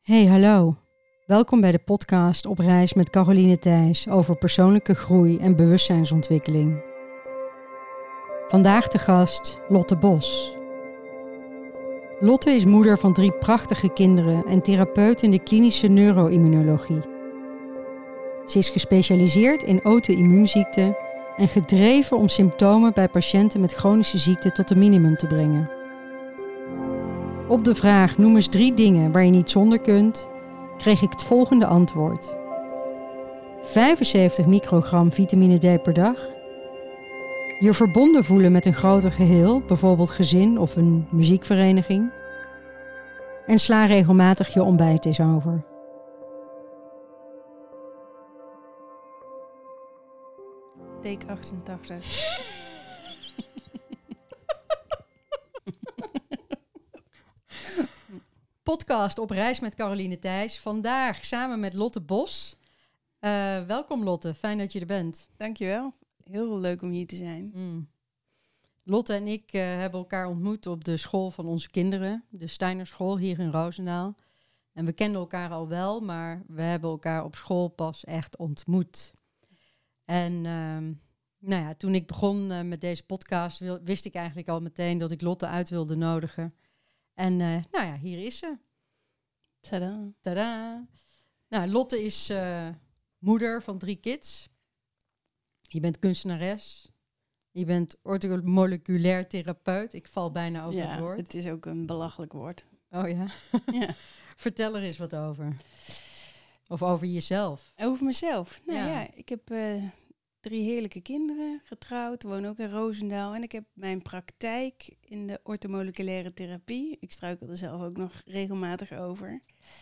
Hey, hallo. Welkom bij de podcast Op reis met Caroline Thijs over persoonlijke groei en bewustzijnsontwikkeling. Vandaag de gast Lotte Bos. Lotte is moeder van 3 prachtige kinderen en therapeut in de klinische neuroimmunologie. Ze is gespecialiseerd in auto-immuunziekten en gedreven om symptomen bij patiënten met chronische ziekte tot een minimum te brengen. Op de vraag noem eens 3 dingen waar je niet zonder kunt, kreeg ik het volgende antwoord. 75 microgram vitamine D per dag. Je verbonden voelen met een groter geheel, bijvoorbeeld gezin of een muziekvereniging. En sla regelmatig je ontbijt eens over. Take 88. Podcast Op reis met Caroline Thijs. Vandaag samen met Lotte Bos. Welkom Lotte, fijn dat je er bent. Dankjewel. Heel leuk om hier te zijn. Lotte en ik hebben elkaar ontmoet op de school van onze kinderen. De Steinerschool hier in Roosendaal. En we kenden elkaar al wel, maar we hebben elkaar op school pas echt ontmoet. En toen ik begon met deze podcast wist ik eigenlijk al meteen dat ik Lotte uit wilde nodigen. En hier is ze. Tadaa. Tadaa. Nou, Lotte is moeder van 3 kids. Je bent kunstenares. Je bent orthomoleculair therapeut. Ik val bijna over het woord. Het is ook een belachelijk woord. Oh ja? Ja. Vertel er eens wat over. Of over jezelf. Over mezelf? Nou Ja. ja, ik heb 3 heerlijke kinderen, getrouwd, woon ook in Roosendaal. En ik heb mijn praktijk in de orthomoleculaire therapie. Ik struikel er zelf ook nog regelmatig over.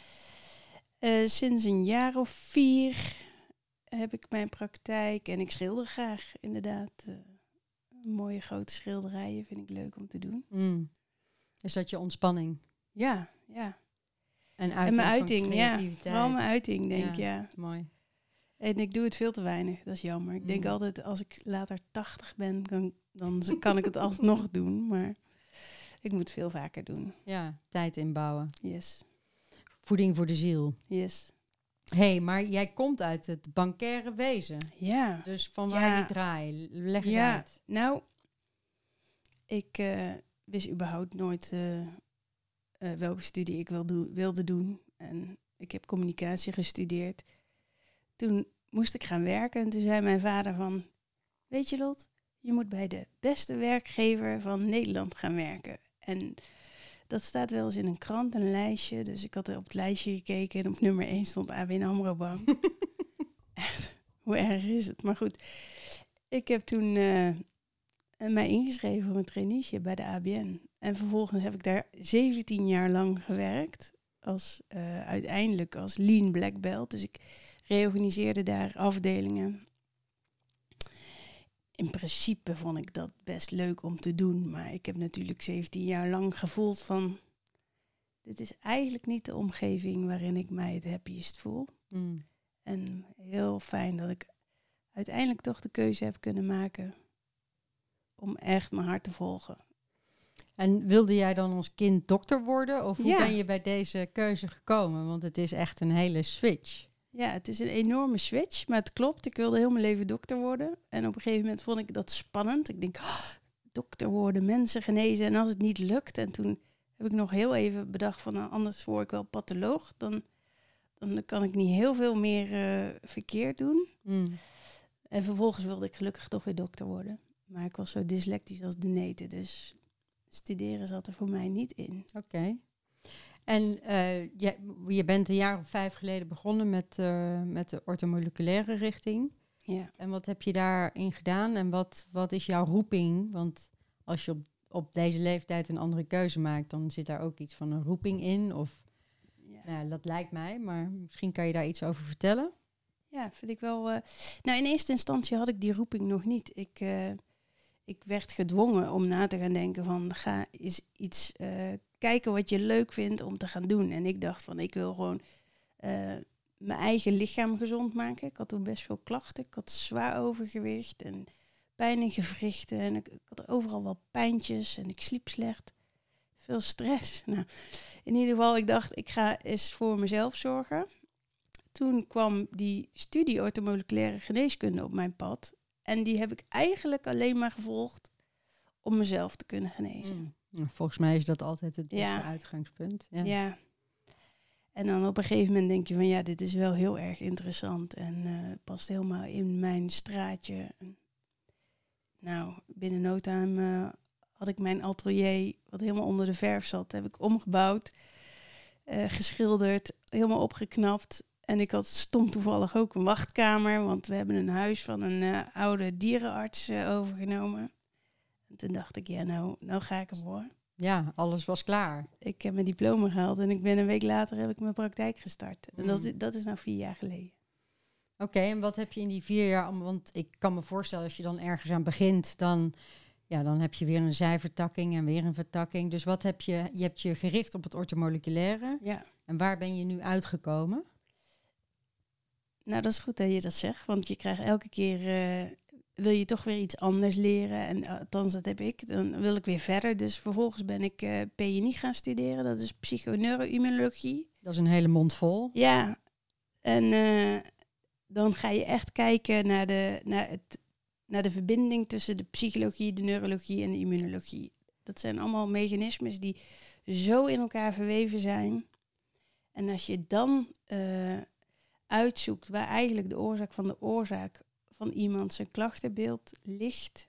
Sinds een jaar of 4 heb ik mijn praktijk en ik schilder graag, inderdaad. Mooie grote schilderijen vind ik leuk om te doen. Is dat je ontspanning? Ja. En En mijn uiting, van ja. creativiteit? Vooral mijn uiting, denk ik, ja. Mooi. En ik doe het veel te weinig, dat is jammer. Ik denk altijd, als ik later 80 ben, dan kan ik het alsnog doen. Maar ik moet het veel vaker doen. Ja, tijd inbouwen. Yes. Voeding voor de ziel. Yes. Hé, maar jij komt uit het bankaire wezen. Ja. Dus van waar die draai? Leg eens uit. Nou, ik wist überhaupt nooit welke studie ik wilde doen. En ik heb communicatie gestudeerd. Toen moest ik gaan werken en toen zei mijn vader van... Weet je Lot, je moet bij de beste werkgever van Nederland gaan werken. En dat staat wel eens in een krant, een lijstje. Dus ik had er op het lijstje gekeken en op nummer 1 stond ABN AMRO Bank. Echt, hoe erg is het? Maar goed, ik heb toen mij ingeschreven voor een traineeship bij de ABN. En vervolgens heb ik daar 17 jaar lang gewerkt. Uiteindelijk als lean black belt. Dus ik reorganiseerde daar afdelingen. In principe vond ik dat best leuk om te doen. Maar ik heb natuurlijk 17 jaar lang gevoeld van... Dit is eigenlijk niet de omgeving waarin ik mij het happiest voel. En heel fijn dat ik uiteindelijk toch de keuze heb kunnen maken... om echt mijn hart te volgen. En wilde jij dan als kind dokter worden? Of hoe Ja. ben je bij deze keuze gekomen? Want het is echt een hele switch. Ja, het is een enorme switch, maar het klopt. Ik wilde heel mijn leven dokter worden. En op een gegeven moment vond ik dat spannend. Ik denk, dokter worden, mensen genezen. En als het niet lukt, en toen heb ik nog heel even bedacht van... Nou, anders word ik wel patholoog. Dan kan ik niet heel veel meer verkeerd doen. En vervolgens wilde ik gelukkig toch weer dokter worden. Maar ik was zo dyslectisch als de neten, dus studeren zat er voor mij niet in. Oké. En je bent een jaar of 5 geleden begonnen met de orthomoleculaire richting. Ja. En wat heb je daarin gedaan? En wat is jouw roeping? Want als je op deze leeftijd een andere keuze maakt, dan zit daar ook iets van een roeping in. Of, nou, dat lijkt mij, maar misschien kan je daar iets over vertellen. Ja, vind ik wel... Nou, in eerste instantie had ik die roeping nog niet. Ik werd gedwongen om na te gaan denken van... ga eens iets kijken wat je leuk vindt om te gaan doen. En ik dacht van, ik wil gewoon mijn eigen lichaam gezond maken. Ik had toen best veel klachten. Ik had zwaar overgewicht en pijn in gewrichten. En ik had overal wel pijntjes en ik sliep slecht. veel stress. Nou, in ieder geval, ik dacht, ik ga eens voor mezelf zorgen. Toen kwam die studie orthomoleculaire geneeskunde op mijn pad. En die heb ik eigenlijk alleen maar gevolgd om mezelf te kunnen genezen. Volgens mij is dat altijd het beste uitgangspunt. Ja. Ja. En dan op een gegeven moment denk je van ja, dit is wel heel erg interessant. En past helemaal in mijn straatje. Nou, binnen no time had ik mijn atelier, wat helemaal onder de verf zat, heb ik omgebouwd. Geschilderd, helemaal opgeknapt. En ik had stom toevallig ook een wachtkamer, want we hebben een huis van een oude dierenarts overgenomen. En toen dacht ik, ja, nou ga ik ervoor. Ja, alles was klaar. Ik heb mijn diploma gehaald en een week later heb ik mijn praktijk gestart. En dat is nou 4 jaar geleden. Oké, en wat heb je in die 4 jaar... Want ik kan me voorstellen, als je dan ergens aan begint, dan heb je weer een zijvertakking en weer een vertakking. Dus wat heb je? Je hebt je gericht op het orthomoleculaire. Ja. En waar ben je nu uitgekomen? Nou, dat is goed dat je dat zegt, want je krijgt elke keer... wil je toch weer iets anders leren. En althans, dat heb ik. Dan wil ik weer verder. Dus vervolgens ben ik PNI gaan studeren. Dat is psychoneuroimmunologie. Dat is een hele mond vol. Ja. En dan ga je echt kijken naar de verbinding tussen de psychologie, de neurologie en de immunologie. Dat zijn allemaal mechanismes die zo in elkaar verweven zijn. En als je dan uitzoekt waar eigenlijk de oorzaak van iemand zijn klachtenbeeld ligt,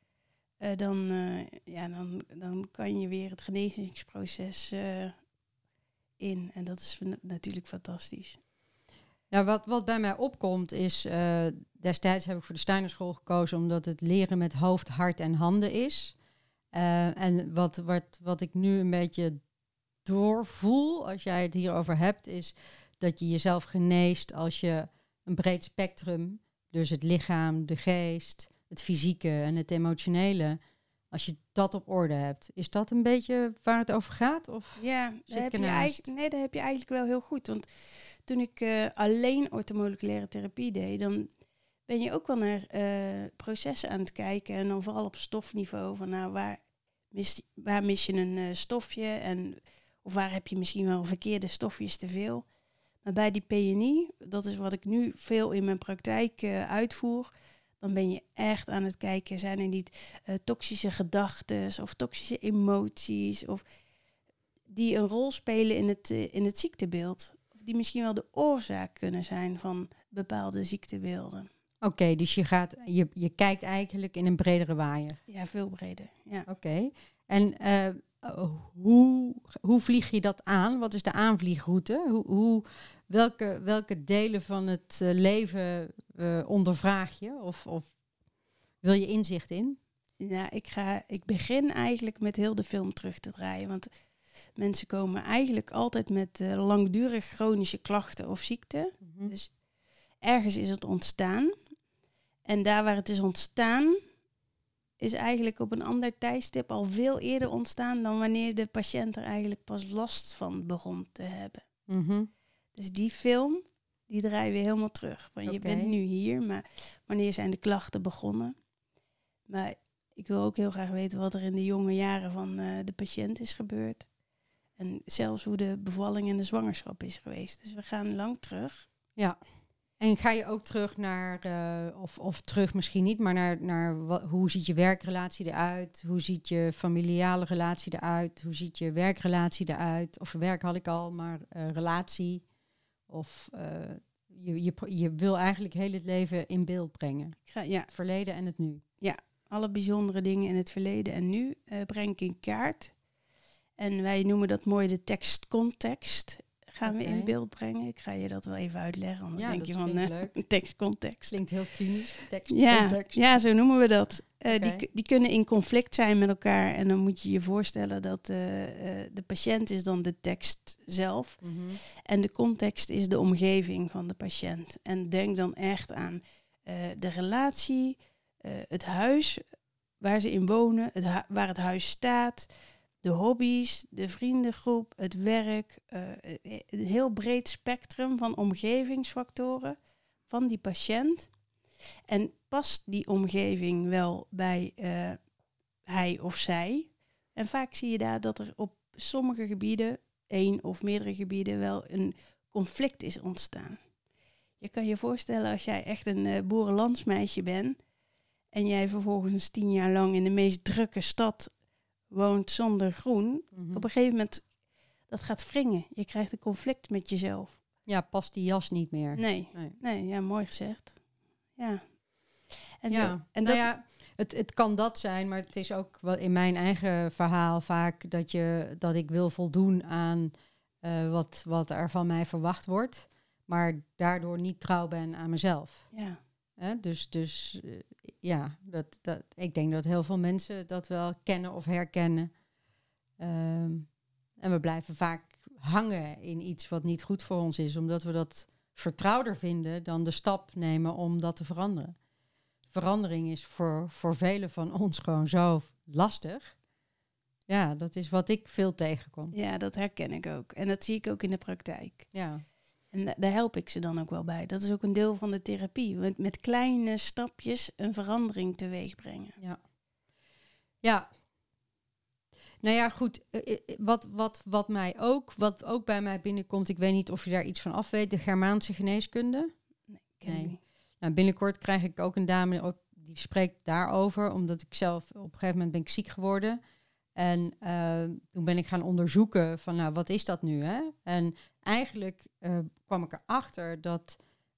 dan kan je weer het genezingsproces in. En dat is natuurlijk fantastisch. Nou, wat bij mij opkomt is, destijds heb ik voor de Steinerschool gekozen omdat het leren met hoofd, hart en handen is. En wat ik nu een beetje doorvoel, als jij het hierover hebt, is dat je jezelf geneest als je een breed spectrum, dus het lichaam, de geest, het fysieke en het emotionele, als je dat op orde hebt. Is dat een beetje waar het over gaat? Of ja, dat heb je eigenlijk wel heel goed. Want toen ik alleen orthomoleculaire therapie deed, dan ben je ook wel naar processen aan het kijken. En dan vooral op stofniveau. Van nou, waar mis je een stofje? Of waar heb je misschien wel verkeerde stofjes te veel? Maar bij die PNI, dat is wat ik nu veel in mijn praktijk uitvoer, dan ben je echt aan het kijken, zijn er niet toxische gedachten of toxische emoties of die een rol spelen in het ziektebeeld. Of die misschien wel de oorzaak kunnen zijn van bepaalde ziektebeelden. Oké, dus je kijkt eigenlijk in een bredere waaier. Ja, veel breder. Ja. Oké. En hoe vlieg je dat aan? Wat is de aanvliegroute? Welke delen van het leven ondervraag je? Of wil je inzicht in? Ja, ik begin eigenlijk met heel de film terug te draaien. Want mensen komen eigenlijk altijd met langdurig chronische klachten of ziekten. Mm-hmm. Dus ergens is het ontstaan. En daar waar het is ontstaan, is eigenlijk op een ander tijdstip al veel eerder ontstaan dan wanneer de patiënt er eigenlijk pas last van begon te hebben. Mm-hmm. Dus die film, die draaien we helemaal terug. Van je bent nu hier, maar wanneer zijn de klachten begonnen? Maar ik wil ook heel graag weten wat er in de jonge jaren van de patiënt is gebeurd. En zelfs hoe de bevalling en de zwangerschap is geweest. Dus we gaan lang terug. Ja. En ga je ook terug naar, of terug misschien niet, maar naar hoe ziet je werkrelatie eruit? Hoe ziet je familiale relatie eruit? Hoe ziet je werkrelatie eruit? Of werk had ik al, maar relatie. Of je wil eigenlijk heel het leven in beeld brengen. Het verleden en het nu. Ja, alle bijzondere dingen in het verleden en nu breng ik in kaart. En wij noemen dat mooi de tekstcontext. Gaan we in beeld brengen. Ik ga je dat wel even uitleggen. Anders denk je van tekstcontext. Klinkt heel klinisch. Tekstcontext. Ja, zo noemen we dat. Die kunnen in conflict zijn met elkaar. En dan moet je je voorstellen dat de patiënt is dan de tekst zelf. Mm-hmm. En de context is de omgeving van de patiënt. En denk dan echt aan de relatie, het huis waar ze in wonen, waar het huis staat, de hobby's, de vriendengroep, het werk, een heel breed spectrum van omgevingsfactoren van die patiënt. En past die omgeving wel bij hij of zij? En vaak zie je daar dat er op sommige gebieden, 1 of meerdere gebieden, wel een conflict is ontstaan. Je kan je voorstellen als jij echt een boerenlandsmeisje bent en jij vervolgens 10 jaar lang in de meest drukke stad woont zonder groen. Mhm. Op een gegeven moment, dat gaat wringen. Je krijgt een conflict met jezelf. Ja, past die jas niet meer. Nee, ja, mooi gezegd. Ja. En Ja, zo. En nou ja, het kan dat zijn, maar het is ook wel in mijn eigen verhaal vaak dat ik wil voldoen aan wat er van mij verwacht wordt, maar daardoor niet trouw ben aan mezelf. Ja. Dus ja, ik denk dat heel veel mensen dat wel kennen of herkennen. En we blijven vaak hangen in iets wat niet goed voor ons is, omdat we dat vertrouwder vinden dan de stap nemen om dat te veranderen. Verandering is voor velen van ons gewoon zo lastig. Ja, dat is wat ik veel tegenkom. Ja, dat herken ik ook. En dat zie ik ook in de praktijk. Ja. En daar help ik ze dan ook wel bij. Dat is ook een deel van de therapie. Met kleine stapjes een verandering teweeg brengen. Ja. Nou ja, goed. Wat ook bij mij binnenkomt, ik weet niet of je daar iets van af weet, de Germaanse geneeskunde. Nee, ken ik niet. Nou, binnenkort krijg ik ook een dame die spreekt daarover, omdat ik zelf op een gegeven moment ben ik ziek geworden. En toen ben ik gaan onderzoeken van, nou, wat is dat nu? Hè? En eigenlijk kwam ik erachter dat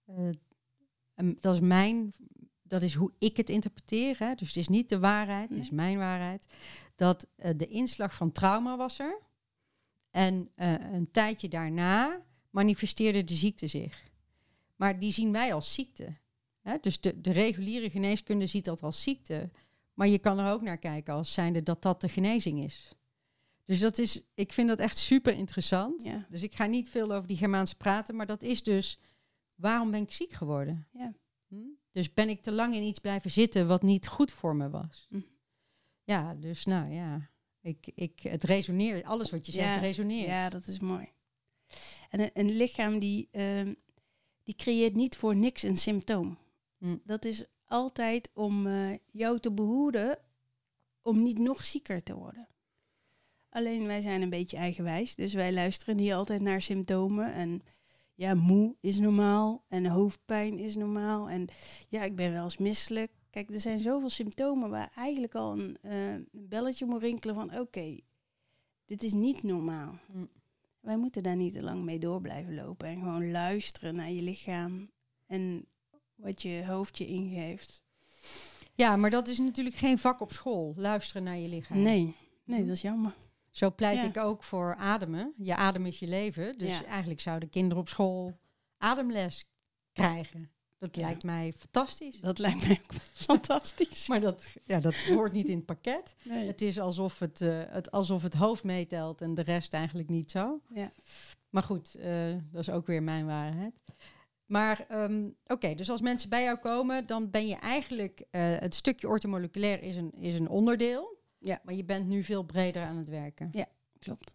dat is hoe ik het interpreteer. Hè? Dus het is niet de waarheid, het is mijn waarheid. Dat de inslag van trauma was er. En een tijdje daarna manifesteerde de ziekte zich. Maar die zien wij als ziekte. Hè? Dus de reguliere geneeskunde ziet dat als ziekte. Maar je kan er ook naar kijken als zijnde dat de genezing is. Dus ik vind dat echt super interessant. Ja. Dus ik ga niet veel over die Germaanse praten. Maar dat is dus, waarom ben ik ziek geworden? Ja. Dus ben ik te lang in iets blijven zitten wat niet goed voor me was? Hm. Ja, dus nou ja. Het resoneert. Alles wat je zegt resoneert. Ja, dat is mooi. En een lichaam die creëert niet voor niks een symptoom. Dat is altijd om jou te behoeden om niet nog zieker te worden. Alleen wij zijn een beetje eigenwijs, dus wij luisteren niet altijd naar symptomen. En ja, moe is normaal en hoofdpijn is normaal. En ja, ik ben wel eens misselijk. Kijk, er zijn zoveel symptomen waar eigenlijk al een belletje moet rinkelen van oké, dit is niet normaal. Wij moeten daar niet te lang mee door blijven lopen en gewoon luisteren naar je lichaam en wat je hoofd je ingeeft. Ja, maar dat is natuurlijk geen vak op school, luisteren naar je lichaam. Nee, dat is jammer. Zo pleit ik ook voor ademen. Je adem is je leven. Dus eigenlijk zouden kinderen op school ademles krijgen. Dat lijkt mij fantastisch. Dat lijkt mij ook fantastisch. Maar dat hoort niet in het pakket. Nee. Het is alsof het hoofd meetelt en de rest eigenlijk niet zo. Ja. Maar goed, dat is ook weer mijn waarheid. Maar oké, dus als mensen bij jou komen, dan ben je eigenlijk het stukje orthomoleculair is een onderdeel. Ja. Maar je bent nu veel breder aan het werken. Ja, klopt.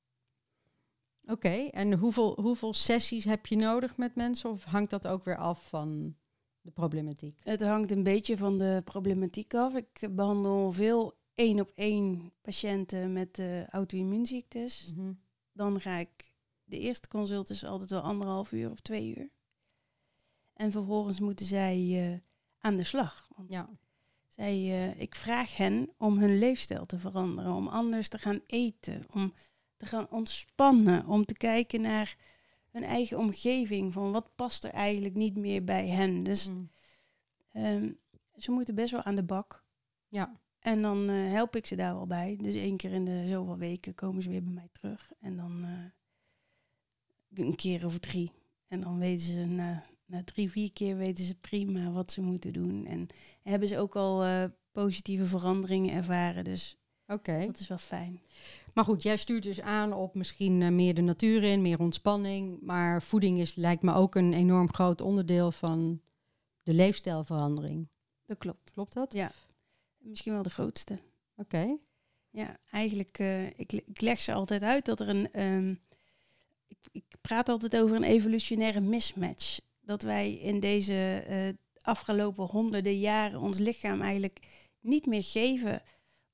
Oké, en hoeveel sessies heb je nodig met mensen? Of hangt dat ook weer af van de problematiek? Het hangt een beetje van de problematiek af. Ik behandel veel 1-op-1 patiënten met auto-immuunziektes. Mm-hmm. Dan ga ik, de eerste consult is altijd wel 1,5 uur of 2 uur. En vervolgens moeten zij aan de slag. Want ik vraag hen om hun leefstijl te veranderen, om anders te gaan eten, om te gaan ontspannen, om te kijken naar hun eigen omgeving, van wat past er eigenlijk niet meer bij hen. Dus ze moeten best wel aan de bak. Ja. En dan help ik ze daar wel bij. Dus 1 keer in de zoveel weken komen ze weer bij mij terug. En dan een keer of 3. En dan weten ze na 3-4 keer weten ze prima wat ze moeten doen. En hebben ze ook al positieve veranderingen ervaren. Dus dat is wel fijn. Maar goed, jij stuurt dus aan op misschien meer de natuur in, meer ontspanning. Maar voeding lijkt me ook een enorm groot onderdeel van de leefstijlverandering. Dat klopt. Klopt dat? Ja, misschien wel de grootste. Oké. Ja, eigenlijk, ik leg ze altijd uit dat er ik praat altijd over een evolutionaire mismatch. Dat wij in deze afgelopen honderden jaren ons lichaam eigenlijk niet meer geven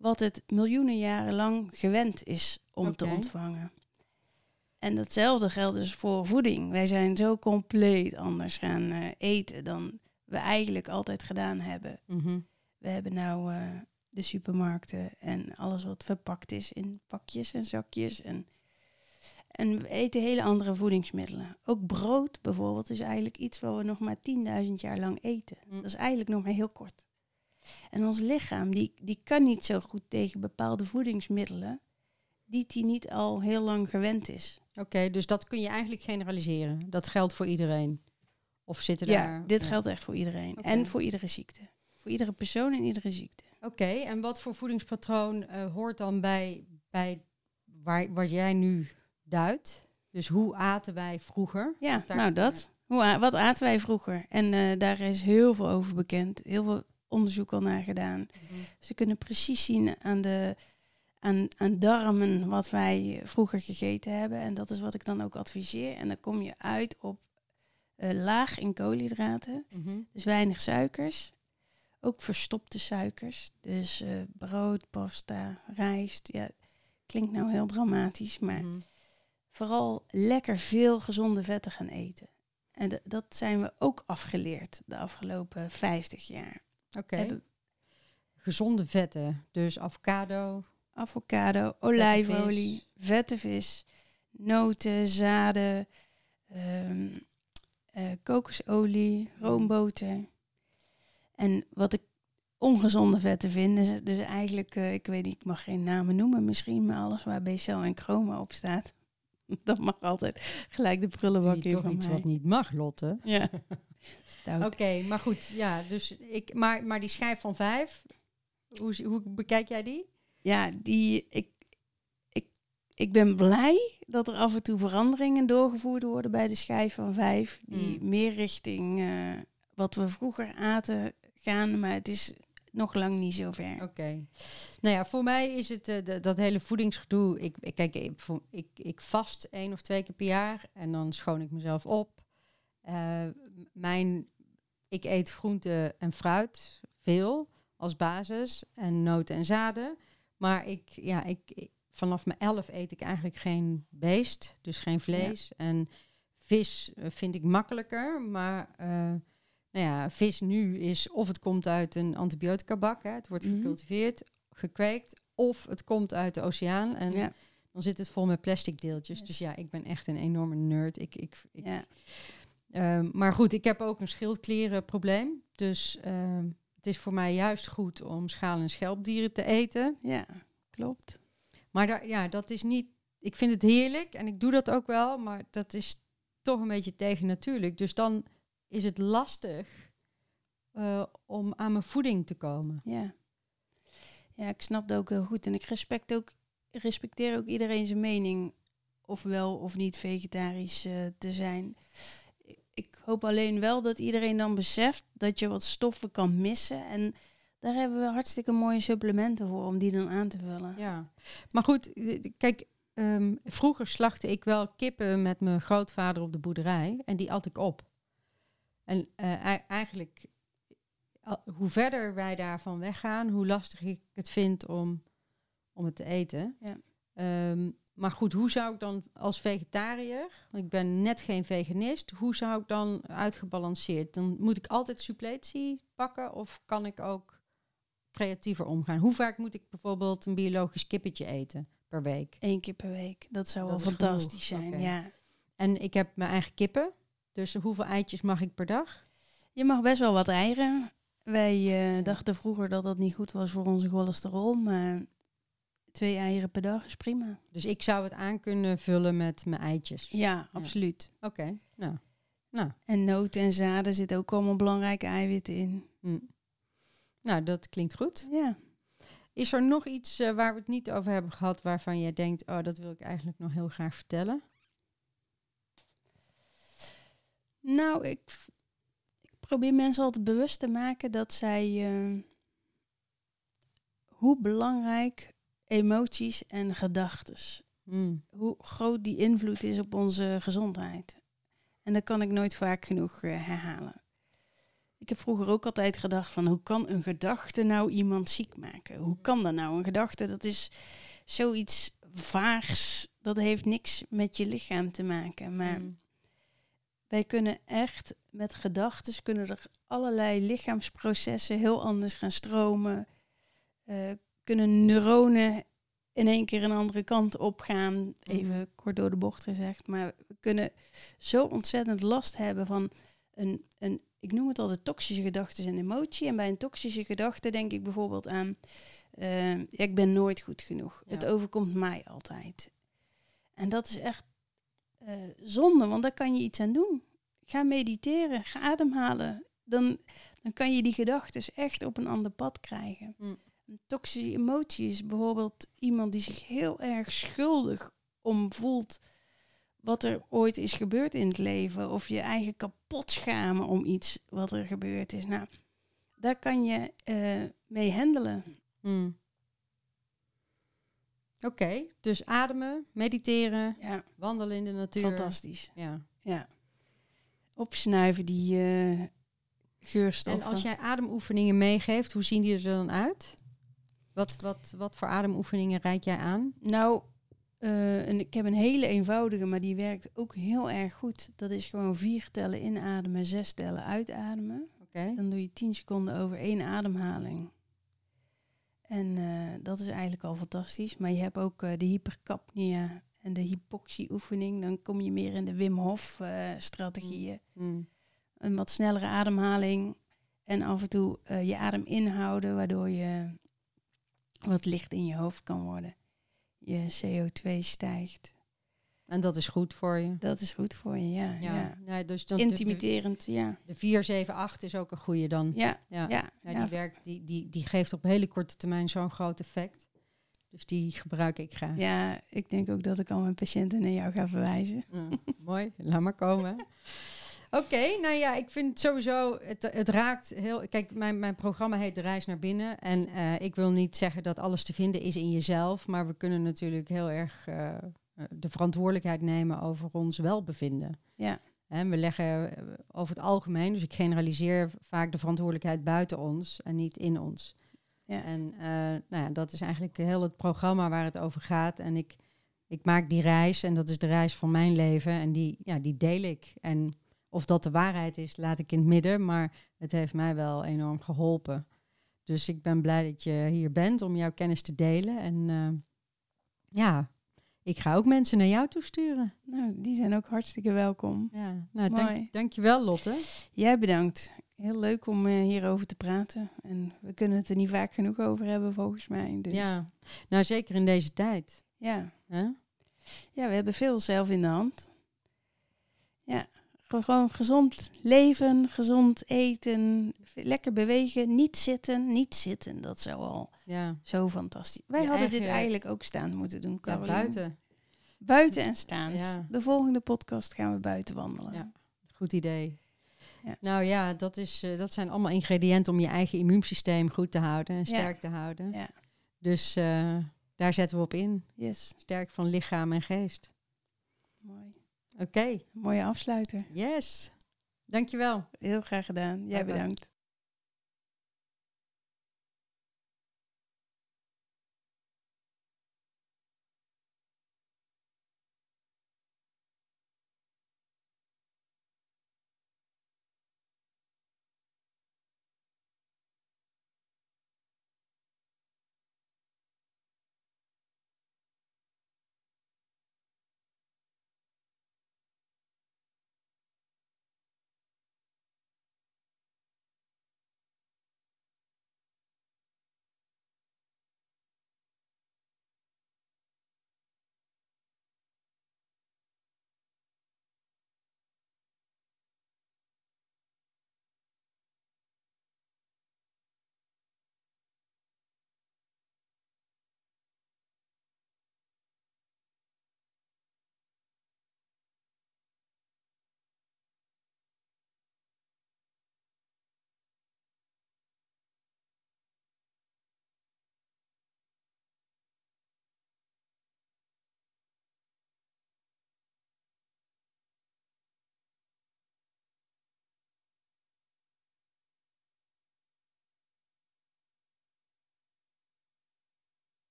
wat het miljoenen jaren lang gewend is om te ontvangen. En datzelfde geldt dus voor voeding. Wij zijn zo compleet anders gaan eten dan we eigenlijk altijd gedaan hebben. Mm-hmm. We hebben nou de supermarkten en alles wat verpakt is in pakjes en zakjes. En we eten hele andere voedingsmiddelen. Ook brood bijvoorbeeld is eigenlijk iets wat we nog maar 10.000 jaar lang eten. Dat is eigenlijk nog maar heel kort. En ons lichaam die kan niet zo goed tegen bepaalde voedingsmiddelen die niet al heel lang gewend is. Oké, dus dat kun je eigenlijk generaliseren. Dat geldt voor iedereen. Of zitten daar... Ja, dit geldt echt voor iedereen. Okay. En voor iedere ziekte. Voor iedere persoon en iedere ziekte. Oké, en wat voor voedingspatroon hoort dan bij wat jij nu duidt? Dus hoe aten wij vroeger? Ja, nou dat. Wat aten wij vroeger? En daar is heel veel over bekend. Heel veel onderzoek al naar gedaan. Mm-hmm. Ze kunnen precies zien aan darmen wat wij vroeger gegeten hebben. En dat is wat ik dan ook adviseer. En dan kom je uit op laag in koolhydraten. Mm-hmm. Dus weinig suikers. Ook verstopte suikers. Dus brood, pasta, rijst. Ja, klinkt nou heel dramatisch, maar vooral lekker veel gezonde vetten gaan eten. En dat zijn we ook afgeleerd de afgelopen 50 jaar. Oké. Gezonde vetten, dus avocado, olijfolie, vette vis, noten, zaden, kokosolie, roomboter. En wat ik ongezonde vetten vind, is dus eigenlijk, ik weet niet, ik mag geen namen noemen misschien, maar alles waar BCL en Chroma op staat, dat mag altijd gelijk de prullenbak in van mij. Toch iets wat niet mag, Lotte. Ja. Oké, maar goed, ja, dus maar die schijf van 5, hoe bekijk jij die? Ja, ik ben blij dat er af en toe veranderingen doorgevoerd worden bij de schijf van 5, die meer richting wat we vroeger aten gaan, maar het is nog lang niet zo ver. Oké. Nou ja, voor mij is het dat hele voedingsgedoe. Ik vast 1 of 2 keer per jaar en dan schoon ik mezelf op. Ik eet groente en fruit, veel, als basis. En noten en zaden. Maar vanaf mijn 11 eet ik eigenlijk geen beest, dus geen vlees. Ja. En vis vind ik makkelijker, maar vis nu is of het komt uit een antibiotica-bak, het wordt gecultiveerd, gekweekt, of het komt uit de oceaan en dan zit het vol met plastic deeltjes. Yes. Dus ja, ik ben echt een enorme nerd. Maar goed, ik heb ook een schildklierenprobleem, dus het is voor mij juist goed om schaal- en schelpdieren te eten. Ja, klopt. Maar dat is niet... Ik vind het heerlijk en ik doe dat ook wel, maar dat is toch een beetje tegennatuurlijk. Dus dan is het lastig om aan mijn voeding te komen. Ja, ik snap dat ook heel goed. En ik respecteer ook iedereen zijn mening, of wel of niet vegetarisch te zijn. Ik hoop alleen wel dat iedereen dan beseft dat je wat stoffen kan missen. En daar hebben we hartstikke mooie supplementen voor om die dan aan te vullen. Ja, maar goed, kijk, vroeger slachtte ik wel kippen met mijn grootvader op de boerderij en die at ik op. En eigenlijk, hoe verder wij daarvan weggaan, hoe lastig ik het vind om het te eten. Ja. Maar goed, hoe zou ik dan als vegetariër, ik ben net geen veganist, hoe zou ik dan uitgebalanceerd? Dan moet ik altijd suppletie pakken of kan ik ook creatiever omgaan? Hoe vaak moet ik bijvoorbeeld een biologisch kippetje eten per week? 1 keer per week, dat zou wel fantastisch zijn. Okay. Ja. En ik heb mijn eigen kippen, dus hoeveel eitjes mag ik per dag? Je mag best wel wat eieren. Wij dachten vroeger dat dat niet goed was voor onze cholesterol, maar 2 eieren per dag is prima. Dus ik zou het aan kunnen vullen met mijn eitjes? Ja, absoluut. Oké, nou. En noten en zaden zitten ook allemaal belangrijke eiwitten in. Nou, dat klinkt goed. Ja. Is er nog iets waar we het niet over hebben gehad waarvan jij denkt, dat wil ik eigenlijk nog heel graag vertellen? Nou, ik probeer mensen altijd bewust te maken dat zij hoe belangrijk emoties en gedachtes, hoe groot die invloed is op onze gezondheid. En dat kan ik nooit vaak genoeg herhalen. Ik heb vroeger ook altijd gedacht van, hoe kan een gedachte nou iemand ziek maken? Hoe kan dat nou? Een gedachte, dat is zoiets vaags. Dat heeft niks met je lichaam te maken. Maar wij kunnen echt met gedachten, kunnen er allerlei lichaamsprocessen heel anders gaan stromen. Kunnen neuronen in één keer een andere kant op gaan. Even kort door de bocht gezegd. Maar we kunnen zo ontzettend last hebben van een ik noem het altijd toxische gedachten en emotie. En bij een toxische gedachte denk ik bijvoorbeeld aan, ik ben nooit goed genoeg. Ja. Het overkomt mij altijd. En dat is echt zonde, want daar kan je iets aan doen. Ga mediteren, ga ademhalen. Dan kan je die gedachten echt op een ander pad krijgen. Een toxische emotie is bijvoorbeeld iemand die zich heel erg schuldig om voelt wat er ooit is gebeurd in het leven. Of je eigen kapot schamen om iets wat er gebeurd is. Nou, daar kan je mee handelen. Oké, dus ademen, mediteren, wandelen in de natuur. Fantastisch. Ja. Opsnuiven die geurstoffen. En als jij ademoefeningen meegeeft, hoe zien die er dan uit? Wat voor ademoefeningen reik jij aan? Nou, en ik heb een hele eenvoudige, maar die werkt ook heel erg goed. Dat is gewoon 4 tellen inademen, 6 tellen uitademen. Okay. Dan doe je 10 seconden over 1 ademhaling. En dat is eigenlijk al fantastisch. Maar je hebt ook de hypercapnia en de hypoxie-oefening. Dan kom je meer in de Wim Hof strategieën. Een wat snellere ademhaling. En af en toe je adem inhouden, waardoor je wat licht in je hoofd kan worden. Je CO2 stijgt. En dat is goed voor je? Dat is goed voor je, ja. Ja, dus dan intimiderend, de 4, 7, 8 is ook een goede dan. Ja. Die geeft op hele korte termijn zo'n groot effect. Dus die gebruik ik graag. Ja, ik denk ook dat ik al mijn patiënten naar jou ga verwijzen. Mooi, laat maar komen. Oké, nou ja, ik vind sowieso, het raakt heel... Kijk, mijn programma heet De Reis naar Binnen. En ik wil niet zeggen dat alles te vinden is in jezelf. Maar we kunnen natuurlijk heel erg de verantwoordelijkheid nemen over ons welbevinden. Ja. En we leggen over het algemeen, dus ik generaliseer vaak de verantwoordelijkheid buiten ons en niet in ons. Ja. En dat is eigenlijk heel het programma waar het over gaat. En ik maak die reis en dat is de reis van mijn leven. En die deel ik. En of dat de waarheid is, laat ik in het midden. Maar het heeft mij wel enorm geholpen. Dus ik ben blij dat je hier bent om jouw kennis te delen. En ik ga ook mensen naar jou toesturen. Nou, die zijn ook hartstikke welkom. Ja, nou, dankjewel Lotte. Jij bedankt. Heel leuk om hierover te praten. En we kunnen het er niet vaak genoeg over hebben, volgens mij. Dus. Ja, nou zeker in deze tijd. Ja. Huh? Ja, we hebben veel zelf in de hand. Ja, gewoon gezond leven, gezond eten, lekker bewegen, niet zitten. Dat zou al zo fantastisch. Wij hadden dit eigenlijk ook staand moeten doen, Caroline. Ja, buiten. Buiten en staand. Ja. De volgende podcast gaan we buiten wandelen. Ja, goed idee. Ja. Nou ja, dat zijn allemaal ingrediënten om je eigen immuunsysteem goed te houden en sterk te houden. Ja. Dus daar zetten we op in. Yes. Sterk van lichaam en geest. Mooi. Oké. Mooie afsluiter. Yes. Dankjewel. Heel graag gedaan. Jij bedankt.